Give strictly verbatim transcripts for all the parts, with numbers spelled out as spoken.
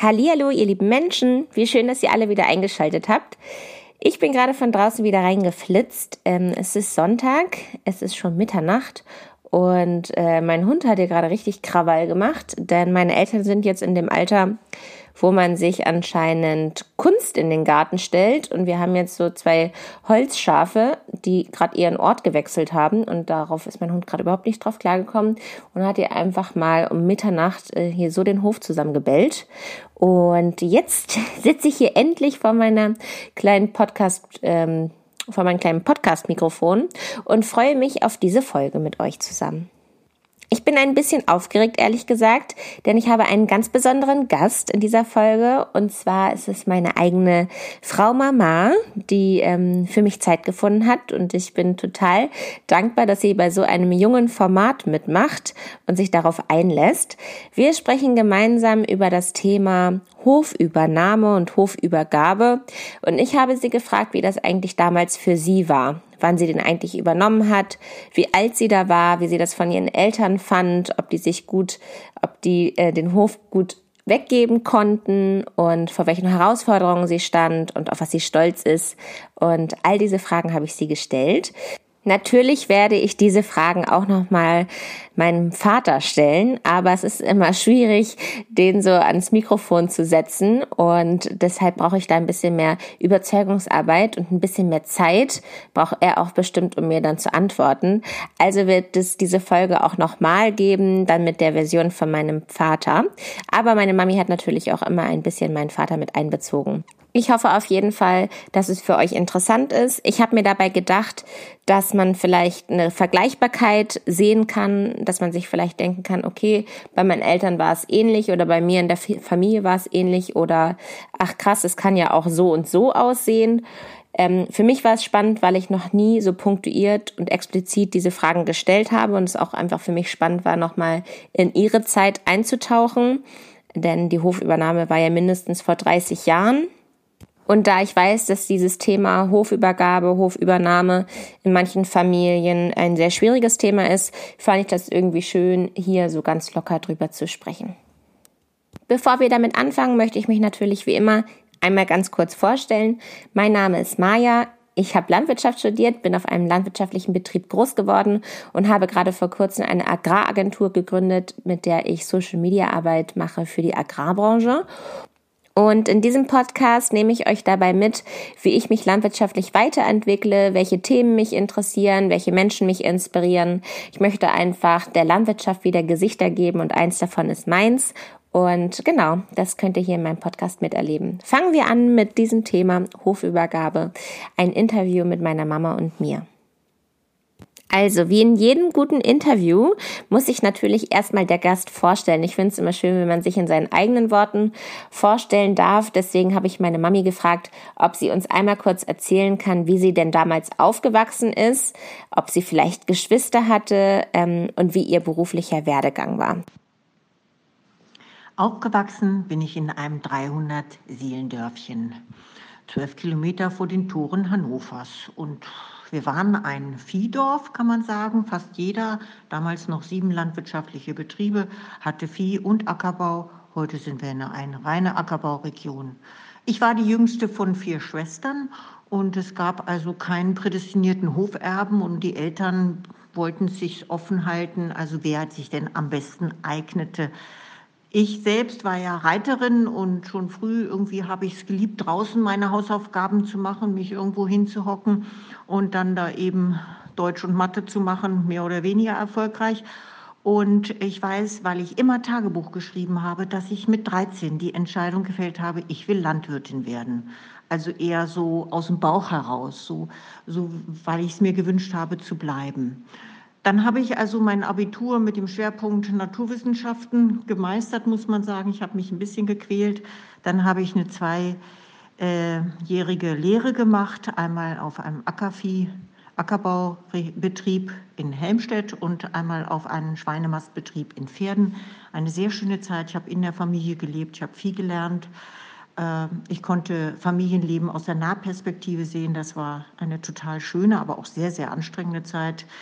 Hallihallo, ihr lieben Menschen. Wie schön, dass ihr alle wieder eingeschaltet habt. Ich bin gerade von draußen wieder reingeflitzt. Ähm, es ist Sonntag, es ist schon Mitternacht und äh, mein Hund hat hier gerade richtig Krawall gemacht, denn meine Eltern sind jetzt in dem Alter, wo man sich anscheinend Kunst in den Garten stellt. Und wir haben jetzt so zwei Holzschafe, die gerade ihren Ort gewechselt haben. Und darauf ist mein Hund gerade überhaupt nicht drauf klargekommen und hat hier einfach mal um Mitternacht äh, hier so den Hof zusammengebellt. Und jetzt sitze ich hier endlich vor meiner kleinen Podcast, ähm, vor meinem kleinen Podcast-Mikrofon und freue mich auf diese Folge mit euch zusammen. Ich bin ein bisschen aufgeregt, ehrlich gesagt, denn ich habe einen ganz besonderen Gast in dieser Folge. Und zwar ist es meine eigene Frau Mama, die ähm, für mich Zeit gefunden hat. Und ich bin total dankbar, dass sie bei so einem jungen Format mitmacht und sich darauf einlässt. Wir sprechen gemeinsam über das Thema Hofübernahme und Hofübergabe. Und ich habe sie gefragt, wie das eigentlich damals für sie war. Wann sie den eigentlich übernommen hat, wie alt sie da war, wie sie das von ihren Eltern fand, ob die sich gut, ob die äh, den Hof gut weggeben konnten und vor welchen Herausforderungen sie stand und auf was sie stolz ist. Und all diese Fragen habe ich sie gestellt. Natürlich werde ich diese Fragen auch nochmal meinem Vater stellen, aber es ist immer schwierig, den so ans Mikrofon zu setzen und deshalb brauche ich da ein bisschen mehr Überzeugungsarbeit und ein bisschen mehr Zeit, braucht er auch bestimmt, um mir dann zu antworten. Also wird es diese Folge auch nochmal geben, dann mit der Version von meinem Vater. Aber meine Mami hat natürlich auch immer ein bisschen meinen Vater mit einbezogen. Ich hoffe auf jeden Fall, dass es für euch interessant ist. Ich habe mir dabei gedacht, dass man vielleicht eine Vergleichbarkeit sehen kann, dass man sich vielleicht denken kann, okay, bei meinen Eltern war es ähnlich oder bei mir in der Familie war es ähnlich oder ach krass, es kann ja auch so und so aussehen. Ähm, für mich war es spannend, weil ich noch nie so punktuiert und explizit diese Fragen gestellt habe und es auch einfach für mich spannend war, nochmal in ihre Zeit einzutauchen, denn die Hofübernahme war ja mindestens vor dreißig Jahren. Und da ich weiß, dass dieses Thema Hofübergabe, Hofübernahme in manchen Familien ein sehr schwieriges Thema ist, fand ich das irgendwie schön, hier so ganz locker drüber zu sprechen. Bevor wir damit anfangen, möchte ich mich natürlich wie immer einmal ganz kurz vorstellen. Mein Name ist Maja. Ich habe Landwirtschaft studiert, bin auf einem landwirtschaftlichen Betrieb groß geworden und habe gerade vor kurzem eine Agraragentur gegründet, mit der ich Social-Media-Arbeit mache für die Agrarbranche. Und in diesem Podcast nehme ich euch dabei mit, wie ich mich landwirtschaftlich weiterentwickle, welche Themen mich interessieren, welche Menschen mich inspirieren. Ich möchte einfach der Landwirtschaft wieder Gesichter geben und eins davon ist meins. Und genau, das könnt ihr hier in meinem Podcast miterleben. Fangen wir an mit diesem Thema Hofübergabe, ein Interview mit meiner Mama und mir. Also, wie in jedem guten Interview muss sich natürlich erstmal der Gast vorstellen. Ich finde es immer schön, wenn man sich in seinen eigenen Worten vorstellen darf. Deswegen habe ich meine Mami gefragt, ob sie uns einmal kurz erzählen kann, wie sie denn damals aufgewachsen ist, ob sie vielleicht Geschwister hatte ähm, und wie ihr beruflicher Werdegang war. Aufgewachsen bin ich in einem dreihundert-Sielendörfchen, zwölf Kilometer vor den Toren Hannovers. Und wir waren ein Viehdorf, kann man sagen. Fast jeder, damals noch sieben landwirtschaftliche Betriebe, hatte Vieh- und Ackerbau. Heute sind wir in einer reine Ackerbauregion. Ich war die jüngste von vier Schwestern und es gab also keinen prädestinierten Hoferben und die Eltern wollten es sich offen halten, also wer sich denn am besten eignete. Ich selbst war ja Reiterin und schon früh irgendwie habe ich es geliebt, draußen meine Hausaufgaben zu machen, mich irgendwo hinzuhocken und dann da eben Deutsch und Mathe zu machen, mehr oder weniger erfolgreich. Und ich weiß, weil ich immer Tagebuch geschrieben habe, dass ich mit dreizehn die Entscheidung gefällt habe, ich will Landwirtin werden. Also eher so aus dem Bauch heraus, so, so weil ich es mir gewünscht habe zu bleiben. Dann habe ich also mein Abitur mit dem Schwerpunkt Naturwissenschaften gemeistert, muss man sagen. Ich habe mich ein bisschen gequält. Dann habe ich eine zweijährige Lehre gemacht, einmal auf einem Ackervieh, Ackerbaubetrieb in Helmstedt und einmal auf einem Schweinemastbetrieb in Verden. Eine sehr schöne Zeit. Ich habe in der Familie gelebt, ich habe viel gelernt. Ich konnte Familienleben aus der Nahperspektive sehen. Das war eine total schöne, aber auch sehr, sehr anstrengende Zeit.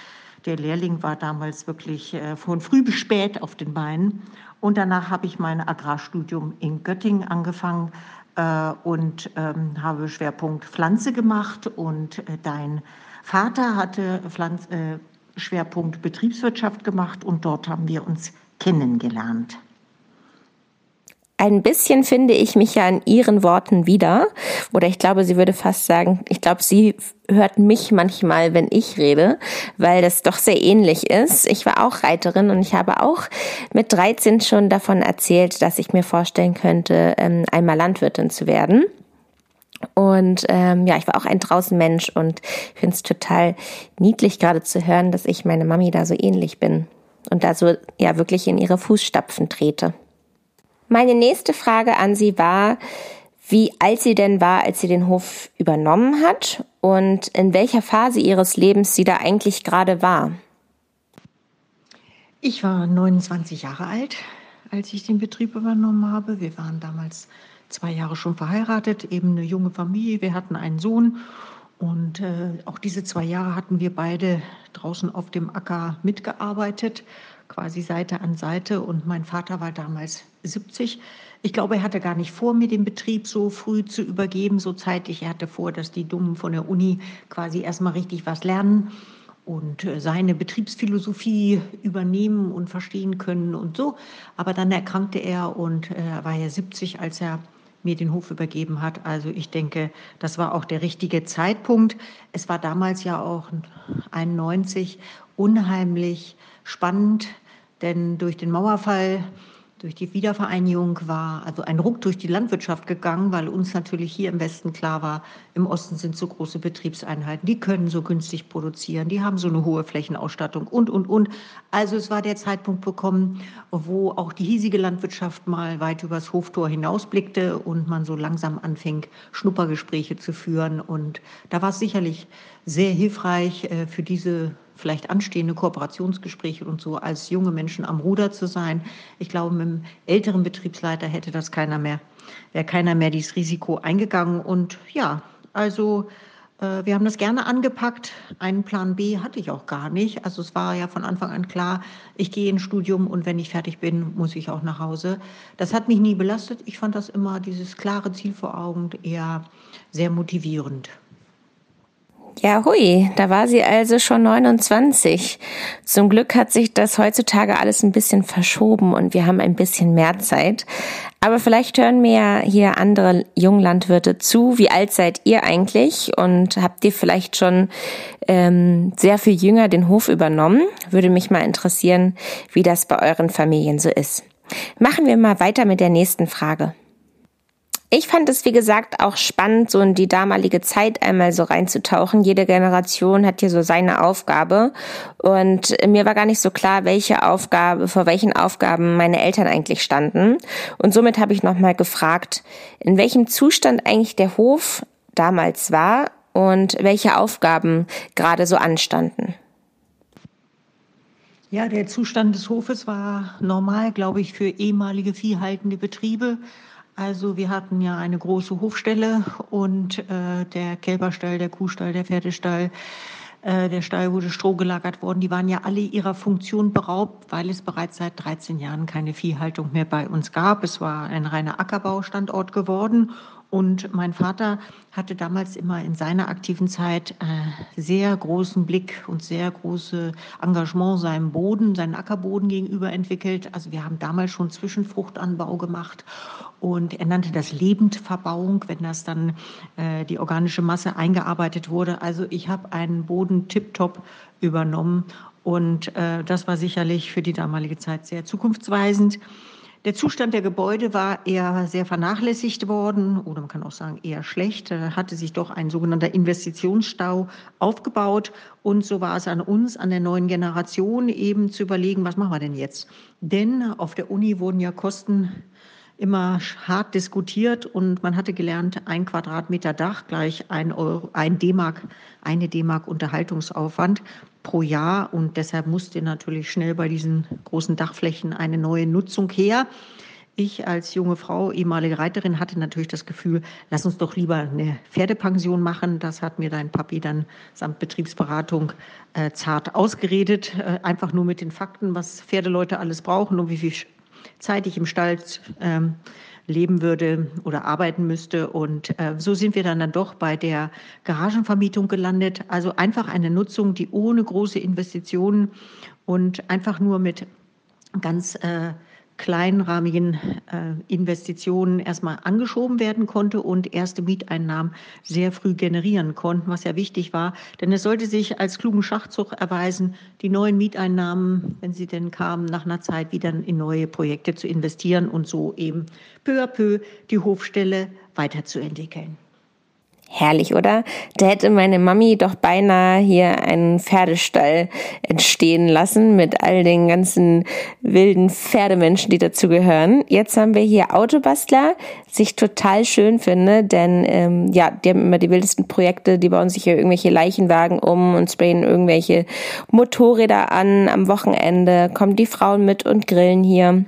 der Lehrling war damals wirklich äh, von früh bis spät auf den Beinen. Und danach habe ich mein Agrarstudium in Göttingen angefangen äh, und ähm, habe Schwerpunkt Pflanze gemacht. Und äh, dein Vater hatte Pflanz, äh, Schwerpunkt Betriebswirtschaft gemacht und dort haben wir uns kennengelernt. Ein bisschen finde ich mich ja in Ihren Worten wieder. Oder ich glaube, sie würde fast sagen, ich glaube, sie hört mich manchmal, wenn ich rede, weil das doch sehr ähnlich ist. Ich war auch Reiterin und ich habe auch mit dreizehn schon davon erzählt, dass ich mir vorstellen könnte, einmal Landwirtin zu werden. Und ähm, ja, ich war auch ein Draußenmensch und ich finde es total niedlich gerade zu hören, dass ich meine Mami da so ähnlich bin und da so ja wirklich in ihre Fußstapfen trete. Meine nächste Frage an Sie war, wie alt sie denn war, als sie den Hof übernommen hat und in welcher Phase ihres Lebens sie da eigentlich gerade war. Ich war neunundzwanzig Jahre alt, als ich den Betrieb übernommen habe. Wir waren damals zwei Jahre schon verheiratet, eben eine junge Familie. Wir hatten einen Sohn und äh, auch diese zwei Jahre hatten wir beide draußen auf dem Acker mitgearbeitet, quasi Seite an Seite. Und mein Vater war damals siebzig. Ich glaube, er hatte gar nicht vor, mir den Betrieb so früh zu übergeben, so zeitig. Er hatte vor, dass die Dummen von der Uni quasi erstmal richtig was lernen und seine Betriebsphilosophie übernehmen und verstehen können und so. Aber dann erkrankte er und er äh, war ja siebzig, als er mir den Hof übergeben hat. Also ich denke, das war auch der richtige Zeitpunkt. Es war damals ja auch einundneunzig unheimlich spannend, denn durch den Mauerfall, durch die Wiedervereinigung war also ein Ruck durch die Landwirtschaft gegangen, weil uns natürlich hier im Westen klar war, im Osten sind so große Betriebseinheiten, die können so günstig produzieren, die haben so eine hohe Flächenausstattung und, und, und. Also es war der Zeitpunkt gekommen, wo auch die hiesige Landwirtschaft mal weit übers Hoftor hinausblickte und man so langsam anfing, Schnuppergespräche zu führen. Und da war es sicherlich sehr hilfreich für diese vielleicht anstehende Kooperationsgespräche und so als junge Menschen am Ruder zu sein. Ich glaube, mit dem älteren Betriebsleiter hätte das keiner mehr, wäre keiner mehr dieses Risiko eingegangen. Und ja, also äh, wir haben das gerne angepackt. Einen Plan B hatte ich auch gar nicht. Also es war ja von Anfang an klar, ich gehe ins Studium und wenn ich fertig bin, muss ich auch nach Hause. Das hat mich nie belastet. Ich fand das immer, dieses klare Ziel vor Augen, eher sehr motivierend. Ja, hui, da war sie also schon neunundzwanzig. Zum Glück hat sich das heutzutage alles ein bisschen verschoben und wir haben ein bisschen mehr Zeit. Aber vielleicht hören mir ja hier andere Junglandwirte zu. Wie alt seid ihr eigentlich und habt ihr vielleicht schon ähm, sehr viel jünger den Hof übernommen? Würde mich mal interessieren, wie das bei euren Familien so ist. Machen wir mal weiter mit der nächsten Frage. Ich fand es, wie gesagt, auch spannend, so in die damalige Zeit einmal so reinzutauchen. Jede Generation hat hier so seine Aufgabe und mir war gar nicht so klar, welche Aufgabe, vor welchen Aufgaben meine Eltern eigentlich standen. Und somit habe ich nochmal gefragt, in welchem Zustand eigentlich der Hof damals war und welche Aufgaben gerade so anstanden. Ja, der Zustand des Hofes war normal, glaube ich, für ehemalige viehhaltende Betriebe. Also wir hatten ja eine große Hofstelle und äh, der Kälberstall, der Kuhstall, der Pferdestall, äh, der Stall wurde Stroh gelagert worden. Die waren ja alle ihrer Funktion beraubt, weil es bereits seit dreizehn Jahren keine Viehhaltung mehr bei uns gab. Es war ein reiner Ackerbaustandort geworden. Und mein Vater hatte damals immer in seiner aktiven Zeit äh, sehr großen Blick und sehr große Engagement seinem Boden, seinen Ackerboden gegenüber entwickelt. Also wir haben damals schon Zwischenfruchtanbau gemacht und er nannte das Lebendverbauung, wenn das dann äh, die organische Masse eingearbeitet wurde. Also ich habe einen Boden tipptopp übernommen und äh, das war sicherlich für die damalige Zeit sehr zukunftsweisend. Der Zustand der Gebäude war eher sehr vernachlässigt worden oder man kann auch sagen eher schlecht. Da hatte sich doch ein sogenannter Investitionsstau aufgebaut und so war es an uns, an der neuen Generation eben zu überlegen, was machen wir denn jetzt? Denn auf der Uni wurden ja Kosten immer hart diskutiert und man hatte gelernt, ein Quadratmeter Dach gleich ein Euro, ein D-Mark, eine D-Mark Unterhaltungsaufwand pro Jahr und deshalb musste natürlich schnell bei diesen großen Dachflächen eine neue Nutzung her. Ich als junge Frau, ehemalige Reiterin, hatte natürlich das Gefühl, lass uns doch lieber eine Pferdepension machen. Das hat mir dein Papi dann samt Betriebsberatung äh, zart ausgeredet. Äh, einfach nur mit den Fakten, was Pferdeleute alles brauchen und wie viel Zeit ich im Stall ähm, leben würde oder arbeiten müsste. Und äh, so sind wir dann, dann doch bei der Garagenvermietung gelandet. Also einfach eine Nutzung, die ohne große Investitionen und einfach nur mit ganz äh, kleinrahmigen äh, Investitionen erstmal angeschoben werden konnte und erste Mieteinnahmen sehr früh generieren konnten, was ja wichtig war. Denn es sollte sich als klugen Schachzug erweisen, die neuen Mieteinnahmen, wenn sie denn kamen, nach einer Zeit wieder in neue Projekte zu investieren und so eben peu à peu die Hofstelle weiterzuentwickeln. Herrlich, oder? Da hätte meine Mami doch beinahe hier einen Pferdestall entstehen lassen mit all den ganzen wilden Pferdemenschen, die dazu gehören. Jetzt haben wir hier Autobastler, was ich total schön finde, denn ähm, ja, die haben immer die wildesten Projekte, die bauen sich hier irgendwelche Leichenwagen um und sprayen irgendwelche Motorräder an. Am Wochenende kommen die Frauen mit und grillen hier.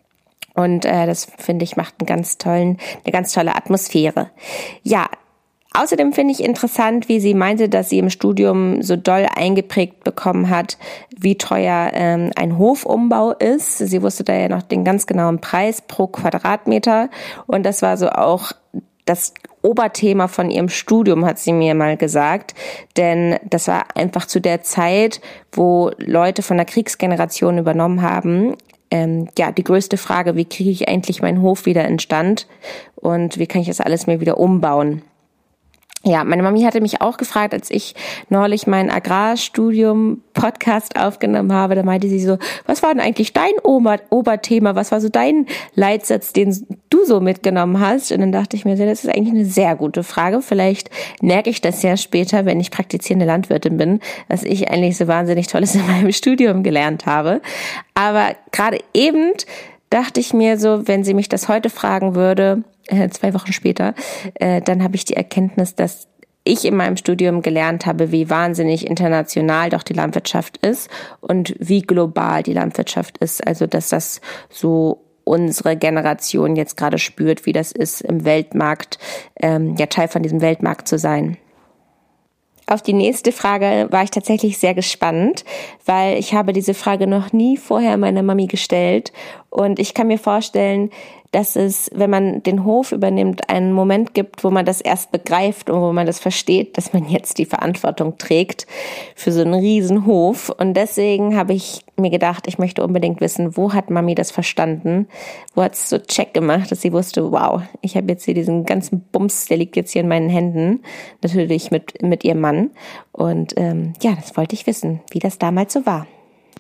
Und äh, das, finde ich, macht einen ganz tollen, eine ganz tolle Atmosphäre. Ja, außerdem finde ich interessant, wie sie meinte, dass sie im Studium so doll eingeprägt bekommen hat, wie teuer ähm, ein Hofumbau ist. Sie wusste da ja noch den ganz genauen Preis pro Quadratmeter. Und das war so auch das Oberthema von ihrem Studium, hat sie mir mal gesagt. Denn das war einfach zu der Zeit, wo Leute von der Kriegsgeneration übernommen haben, Ähm, ja, die größte Frage, wie kriege ich endlich meinen Hof wieder in Stand und wie kann ich das alles mir wieder umbauen? Ja, meine Mami hatte mich auch gefragt, als ich neulich mein Agrarstudium-Podcast aufgenommen habe, da meinte sie so, was war denn eigentlich dein Ober- Oberthema, was war so dein Leitsatz, den du so mitgenommen hast? Und dann dachte ich mir, das ist eigentlich eine sehr gute Frage. Vielleicht merke ich das ja später, wenn ich praktizierende Landwirtin bin, was ich eigentlich so wahnsinnig Tolles in meinem Studium gelernt habe. Aber gerade eben dachte ich mir so, wenn sie mich das heute fragen würde, äh, zwei Wochen später, äh, dann habe ich die Erkenntnis, dass ich in meinem Studium gelernt habe, wie wahnsinnig international doch die Landwirtschaft ist und wie global die Landwirtschaft ist. Also, dass das so unsere Generation jetzt gerade spürt, wie das ist, im Weltmarkt, ähm, ja, Teil von diesem Weltmarkt zu sein. Auf die nächste Frage war ich tatsächlich sehr gespannt, weil ich habe diese Frage noch nie vorher meiner Mami gestellt und ich kann mir vorstellen, dass es, wenn man den Hof übernimmt, einen Moment gibt, wo man das erst begreift und wo man das versteht, dass man jetzt die Verantwortung trägt für so einen riesen Hof. Und deswegen habe ich mir gedacht, ich möchte unbedingt wissen, wo hat Mami das verstanden? Wo hat es so Check gemacht, dass sie wusste, wow, ich habe jetzt hier diesen ganzen Bums, der liegt jetzt hier in meinen Händen. Natürlich mit, mit ihrem Mann. Und ähm, ja, das wollte ich wissen, wie das damals so war.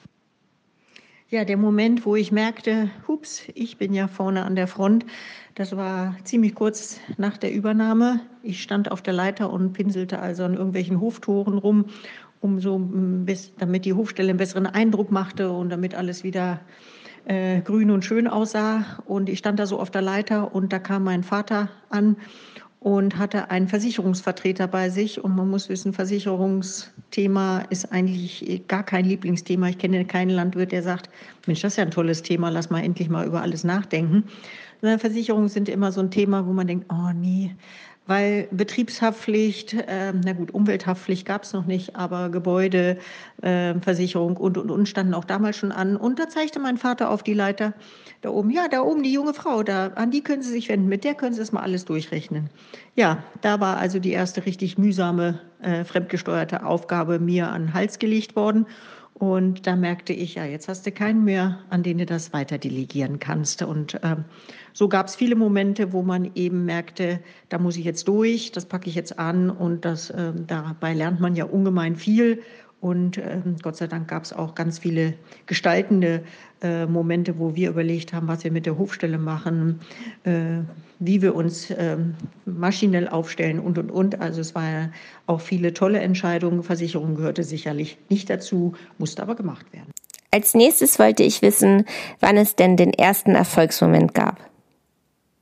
Ja, der Moment, wo ich merkte, hups, ich bin ja vorne an der Front, das war ziemlich kurz nach der Übernahme. Ich stand auf der Leiter und pinselte also an irgendwelchen Hoftoren rum, um so, damit die Hofstelle einen besseren Eindruck machte und damit alles wieder äh, grün und schön aussah. Und ich stand da so auf der Leiter und da kam mein Vater an und hatte einen Versicherungsvertreter bei sich. Und man muss wissen, Versicherungsthema ist eigentlich gar kein Lieblingsthema. Ich kenne keinen Landwirt, der sagt, Mensch, das ist ja ein tolles Thema, lass mal endlich mal über alles nachdenken. Versicherungen sind immer so ein Thema, wo man denkt, oh nee, weil Betriebshaftpflicht, äh, na gut, Umwelthaftpflicht gab es noch nicht, aber Gebäudeversicherung äh, und, und, und standen auch damals schon an. Und da zeigte mein Vater auf die Leiter da oben, ja, da oben die junge Frau, da, an die können Sie sich wenden, mit der können Sie es mal alles durchrechnen. Ja, da war also die erste richtig mühsame, äh, fremdgesteuerte Aufgabe mir an den Hals gelegt worden. Und da merkte ich, ja, jetzt hast du keinen mehr, an den du das weiter delegieren kannst. Und ähm, so gab es viele Momente, wo man eben merkte, da muss ich jetzt durch, das packe ich jetzt an und das, ähm, dabei lernt man ja ungemein viel. Und ähm, Gott sei Dank gab es auch ganz viele gestaltende äh, Momente, wo wir überlegt haben, was wir mit der Hofstelle machen, äh, wie wir uns äh, maschinell aufstellen und, und, und. Also es waren auch viele tolle Entscheidungen. Versicherung gehörte sicherlich nicht dazu, musste aber gemacht werden. Als nächstes wollte ich wissen, wann es denn den ersten Erfolgsmoment gab.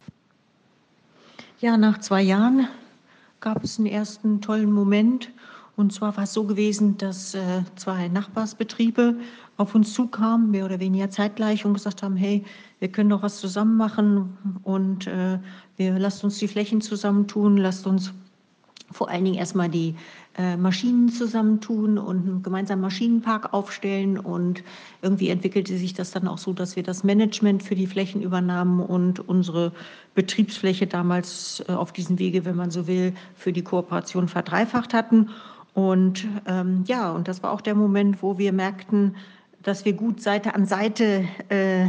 Ja, nach zwei Jahren gab es einen ersten tollen Moment. Und zwar war es so gewesen, dass äh, zwei Nachbarsbetriebe auf uns zukamen, mehr oder weniger zeitgleich, und gesagt haben, hey, wir können doch was zusammen machen und äh, wir lasst uns die Flächen zusammentun, lasst uns vor allen Dingen erstmal die äh, Maschinen zusammentun und einen gemeinsamen Maschinenpark aufstellen. Und irgendwie entwickelte sich das dann auch so, dass wir das Management für die Flächen übernahmen und unsere Betriebsfläche damals äh, auf diesem Wege, wenn man so will, für die Kooperation verdreifacht hatten. Und ähm, ja, und das war auch der Moment, wo wir merkten, dass wir gut Seite an Seite äh,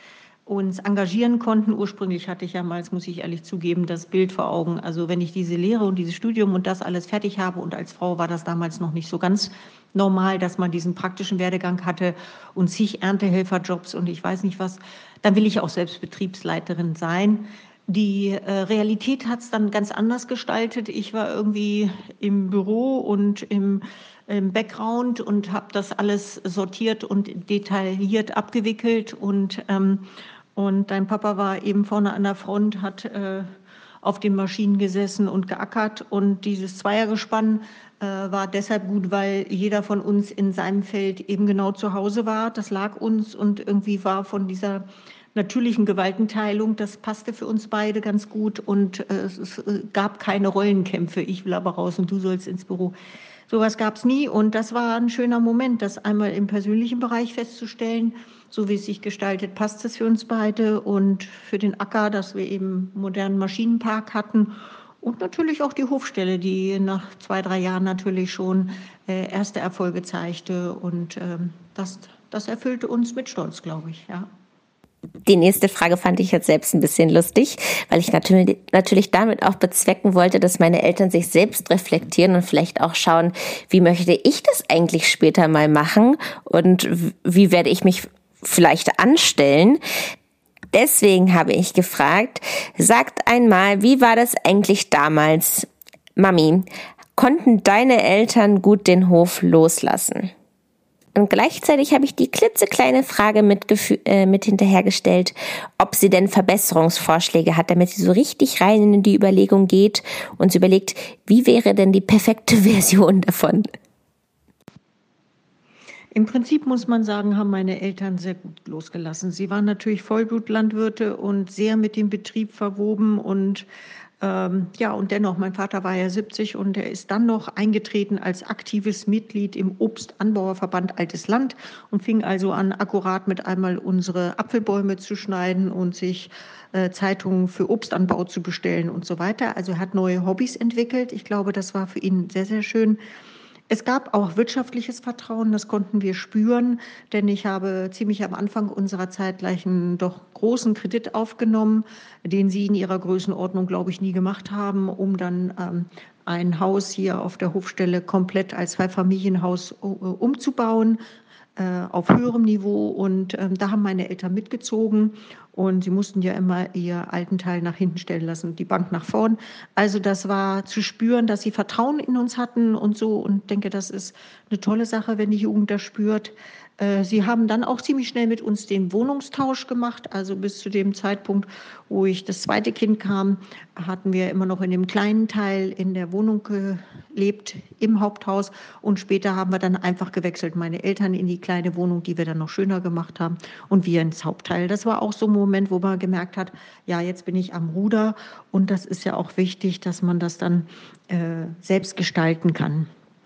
uns engagieren konnten. Ursprünglich hatte ich ja mal, das muss ich ehrlich zugeben, das Bild vor Augen. Also wenn ich diese Lehre und dieses Studium und das alles fertig habe, und als Frau war das damals noch nicht so ganz normal, dass man diesen praktischen Werdegang hatte und zig Erntehelferjobs und ich weiß nicht was, dann will ich auch selbst Betriebsleiterin sein. Die äh, Realität hat es dann ganz anders gestaltet. Ich war irgendwie im Büro und im, im Background und habe das alles sortiert und detailliert abgewickelt und ähm, und dein Papa war eben vorne an der Front, hat äh, auf den Maschinen gesessen und geackert. Und dieses Zweiergespann äh, war deshalb gut, weil jeder von uns in seinem Feld eben genau zu Hause war. Das lag uns und irgendwie war von dieser natürlichen Gewaltenteilung, das passte für uns beide ganz gut. Und äh, es äh, gab keine Rollenkämpfe. Ich will aber raus und du sollst ins Büro. Sowas gab es nie und das war ein schöner Moment, das einmal im persönlichen Bereich festzustellen, so wie es sich gestaltet, passt es für uns beide und für den Acker, dass wir eben einen modernen Maschinenpark hatten und natürlich auch die Hofstelle, die nach zwei, drei Jahren natürlich schon äh, erste Erfolge zeigte und ähm, das, das erfüllte uns mit Stolz, glaube ich, ja. Die nächste Frage fand ich jetzt selbst ein bisschen lustig, weil ich natürlich, natürlich damit auch bezwecken wollte, dass meine Eltern sich selbst reflektieren und vielleicht auch schauen, wie möchte ich das eigentlich später mal machen und wie werde ich mich vielleicht anstellen. Deswegen habe ich gefragt, sagt einmal, wie war das eigentlich damals? Mami, konnten deine Eltern gut den Hof loslassen? Und gleichzeitig habe ich die klitzekleine Frage mit, äh, mit hinterhergestellt, ob sie denn Verbesserungsvorschläge hat, damit sie so richtig rein in die Überlegung geht und sie überlegt, wie wäre denn die perfekte Version davon? Im Prinzip muss man sagen, haben meine Eltern sehr gut losgelassen. Sie waren natürlich Vollblutlandwirte und sehr mit dem Betrieb verwoben und Ähm, ja, und dennoch, mein Vater war ja siebzig und er ist dann noch eingetreten als aktives Mitglied im Obstanbauerverband Altes Land und fing also an, akkurat mit einmal unsere Apfelbäume zu schneiden und sich äh, Zeitungen für Obstanbau zu bestellen und so weiter. Also er hat neue Hobbys entwickelt. Ich glaube, das war für ihn sehr, sehr schön. Es gab auch wirtschaftliches Vertrauen, das konnten wir spüren, denn ich habe ziemlich am Anfang unserer Zeit gleich einen doch großen Kredit aufgenommen, den Sie in Ihrer Größenordnung, glaube ich, nie gemacht haben, um dann ähm, ein Haus hier auf der Hofstelle komplett als Zweifamilienhaus äh, umzubauen auf höherem Niveau und ähm, da haben meine Eltern mitgezogen und sie mussten ja immer ihr alten Teil nach hinten stellen lassen und die Bank nach vorn. Also das war zu spüren, dass sie Vertrauen in uns hatten und so und denke, das ist eine tolle Sache, wenn die Jugend das spürt. Äh, sie haben dann auch ziemlich schnell mit uns den Wohnungstausch gemacht, also bis zu dem Zeitpunkt, wo ich das zweite Kind kam, hatten wir immer noch in dem kleinen Teil in der Wohnung gelebt, im Haupthaus und später haben wir dann einfach gewechselt, meine Eltern in die kleine Wohnung, die wir dann noch schöner gemacht haben und wir ins Hauptteil. Das war auch so ein Moment, wo man gemerkt hat, ja, jetzt bin ich am Ruder und das ist ja auch wichtig, dass man das dann äh, selbst gestalten kann.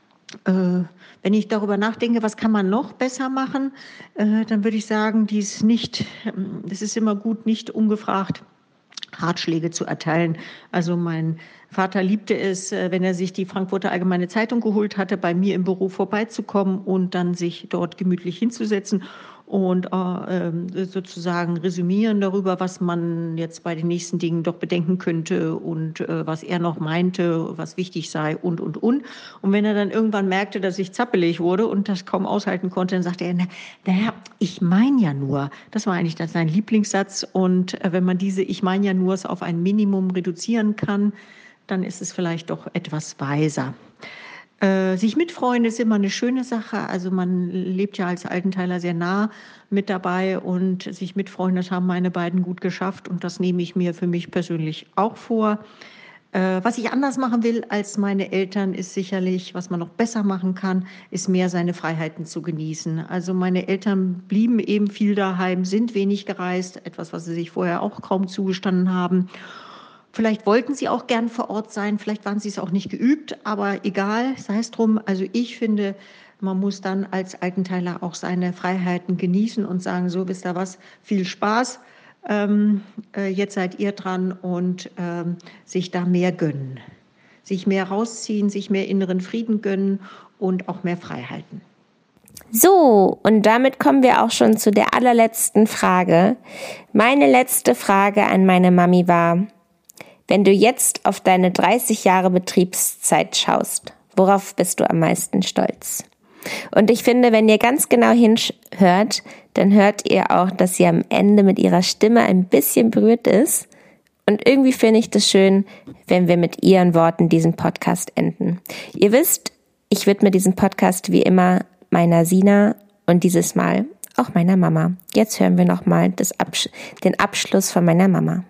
Äh, wenn ich darüber nachdenke, was kann man noch besser machen, äh, dann würde ich sagen, dies nicht, es ist immer gut, nicht ungefragt Ratschläge zu erteilen. Also mein Vater liebte es, wenn er sich die Frankfurter Allgemeine Zeitung geholt hatte, bei mir im Büro vorbeizukommen und dann sich dort gemütlich hinzusetzen und äh, sozusagen resümieren darüber, was man jetzt bei den nächsten Dingen doch bedenken könnte und äh, was er noch meinte, was wichtig sei und, und, und. Und wenn er dann irgendwann merkte, dass ich zappelig wurde und das kaum aushalten konnte, dann sagte er, na, naja, ich meine ja nur, das war eigentlich sein Lieblingssatz und äh, wenn man diese Ich meine ja nur auf ein Minimum reduzieren kann, dann ist es vielleicht doch etwas weiser. Äh, sich mitfreuen ist immer eine schöne Sache. Also man lebt ja als Altenteiler sehr nah mit dabei und sich mitfreuen, das haben meine beiden gut geschafft und das nehme ich mir für mich persönlich auch vor. Äh, was ich anders machen will als meine Eltern, ist sicherlich, was man noch besser machen kann, ist mehr seine Freiheiten zu genießen. Also meine Eltern blieben eben viel daheim, sind wenig gereist, etwas, was sie sich vorher auch kaum zugestanden haben. Vielleicht wollten sie auch gern vor Ort sein, vielleicht waren sie es auch nicht geübt, aber egal, sei es drum. Also ich finde, man muss dann als Alteinteiler auch seine Freiheiten genießen und sagen, so, wisst ihr was, viel Spaß. Ähm, äh, jetzt seid ihr dran und ähm, sich da mehr gönnen. Sich mehr rausziehen, sich mehr inneren Frieden gönnen und auch mehr Freiheiten. So, und damit kommen wir auch schon zu der allerletzten Frage. Meine letzte Frage an meine Mami war: Wenn du jetzt auf deine dreißig Jahre Betriebszeit schaust, worauf bist du am meisten stolz? Und ich finde, wenn ihr ganz genau hinhört, dann hört ihr auch, dass sie am Ende mit ihrer Stimme ein bisschen berührt ist. Und irgendwie finde ich das schön, wenn wir mit ihren Worten diesen Podcast enden. Ihr wisst, ich widme diesen Podcast wie immer meiner Sina und dieses Mal auch meiner Mama. Jetzt hören wir nochmal Absch- den Abschluss von meiner Mama.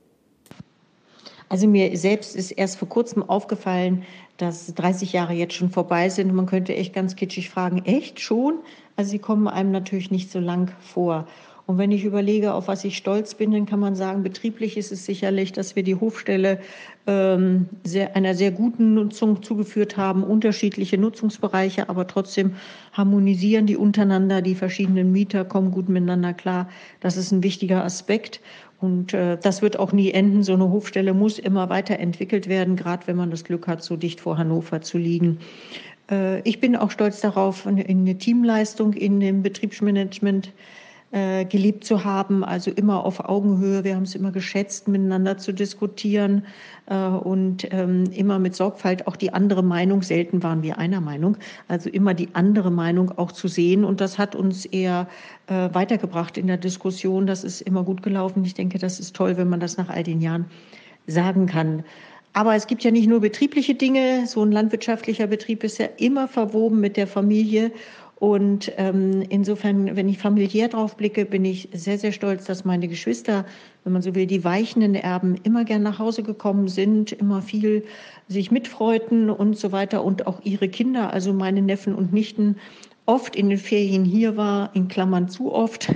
Also mir selbst ist erst vor kurzem aufgefallen, dass dreißig Jahre jetzt schon vorbei sind. Man könnte echt ganz kitschig fragen, echt schon? Also sie kommen einem natürlich nicht so lang vor. Und wenn ich überlege, auf was ich stolz bin, dann kann man sagen, betrieblich ist es sicherlich, dass wir die Hofstelle ähm, sehr, einer sehr guten Nutzung zugeführt haben, unterschiedliche Nutzungsbereiche, aber trotzdem harmonisieren die untereinander, die verschiedenen Mieter kommen gut miteinander klar. Das ist ein wichtiger Aspekt. Und äh, das wird auch nie enden. So eine Hofstelle muss immer weiterentwickelt werden, gerade wenn man das Glück hat, so dicht vor Hannover zu liegen. Äh, ich bin auch stolz darauf, in eine Teamleistung in dem Betriebsmanagement äh, gelebt zu haben, also immer auf Augenhöhe. Wir haben es immer geschätzt, miteinander zu diskutieren äh, und ähm, immer mit Sorgfalt auch die andere Meinung, selten waren wir einer Meinung, also immer die andere Meinung auch zu sehen. Und das hat uns eher äh, weitergebracht in der Diskussion. Das ist immer gut gelaufen. Ich denke, das ist toll, wenn man das nach all den Jahren sagen kann. Aber es gibt ja nicht nur betriebliche Dinge. So ein landwirtschaftlicher Betrieb ist ja immer verwoben mit der Familie. Und ähm, insofern, wenn ich familiär drauf blicke, bin ich sehr, sehr stolz, dass meine Geschwister, wenn man so will, die weichenden Erben, immer gern nach Hause gekommen sind, immer viel sich mitfreuten und so weiter. Und auch ihre Kinder, also meine Neffen und Nichten, oft in den Ferien hier war, in Klammern zu oft.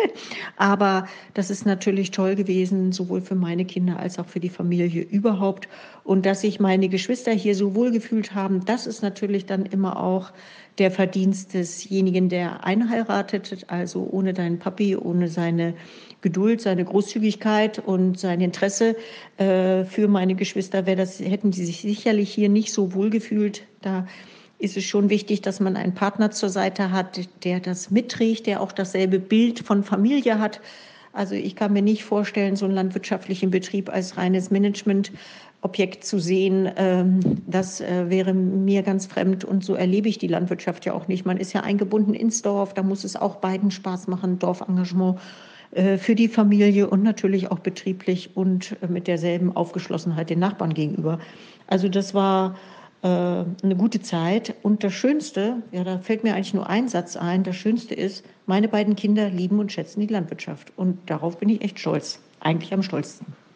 Aber das ist natürlich toll gewesen, sowohl für meine Kinder als auch für die Familie überhaupt. Und dass sich meine Geschwister hier so wohl gefühlt haben, das ist natürlich dann immer auch der Verdienst desjenigen, der einheiratet. Also ohne deinen Papi, ohne seine Geduld, seine Großzügigkeit und sein Interesse äh, für meine Geschwister, wäre das, hätten die sich sicherlich hier nicht so wohl gefühlt. Da ist es schon wichtig, dass man einen Partner zur Seite hat, der das mitträgt, der auch dasselbe Bild von Familie hat. Also ich kann mir nicht vorstellen, so einen landwirtschaftlichen Betrieb als reines Managementobjekt zu sehen. Das wäre mir ganz fremd und so erlebe ich die Landwirtschaft ja auch nicht. Man ist ja eingebunden ins Dorf, da muss es auch beiden Spaß machen, Dorfengagement für die Familie und natürlich auch betrieblich und mit derselben Aufgeschlossenheit den Nachbarn gegenüber. Also das war eine gute Zeit. Und das Schönste, ja, da fällt mir eigentlich nur ein Satz ein, das Schönste ist, meine beiden Kinder lieben und schätzen die Landwirtschaft. Und darauf bin ich echt stolz, eigentlich am stolzsten.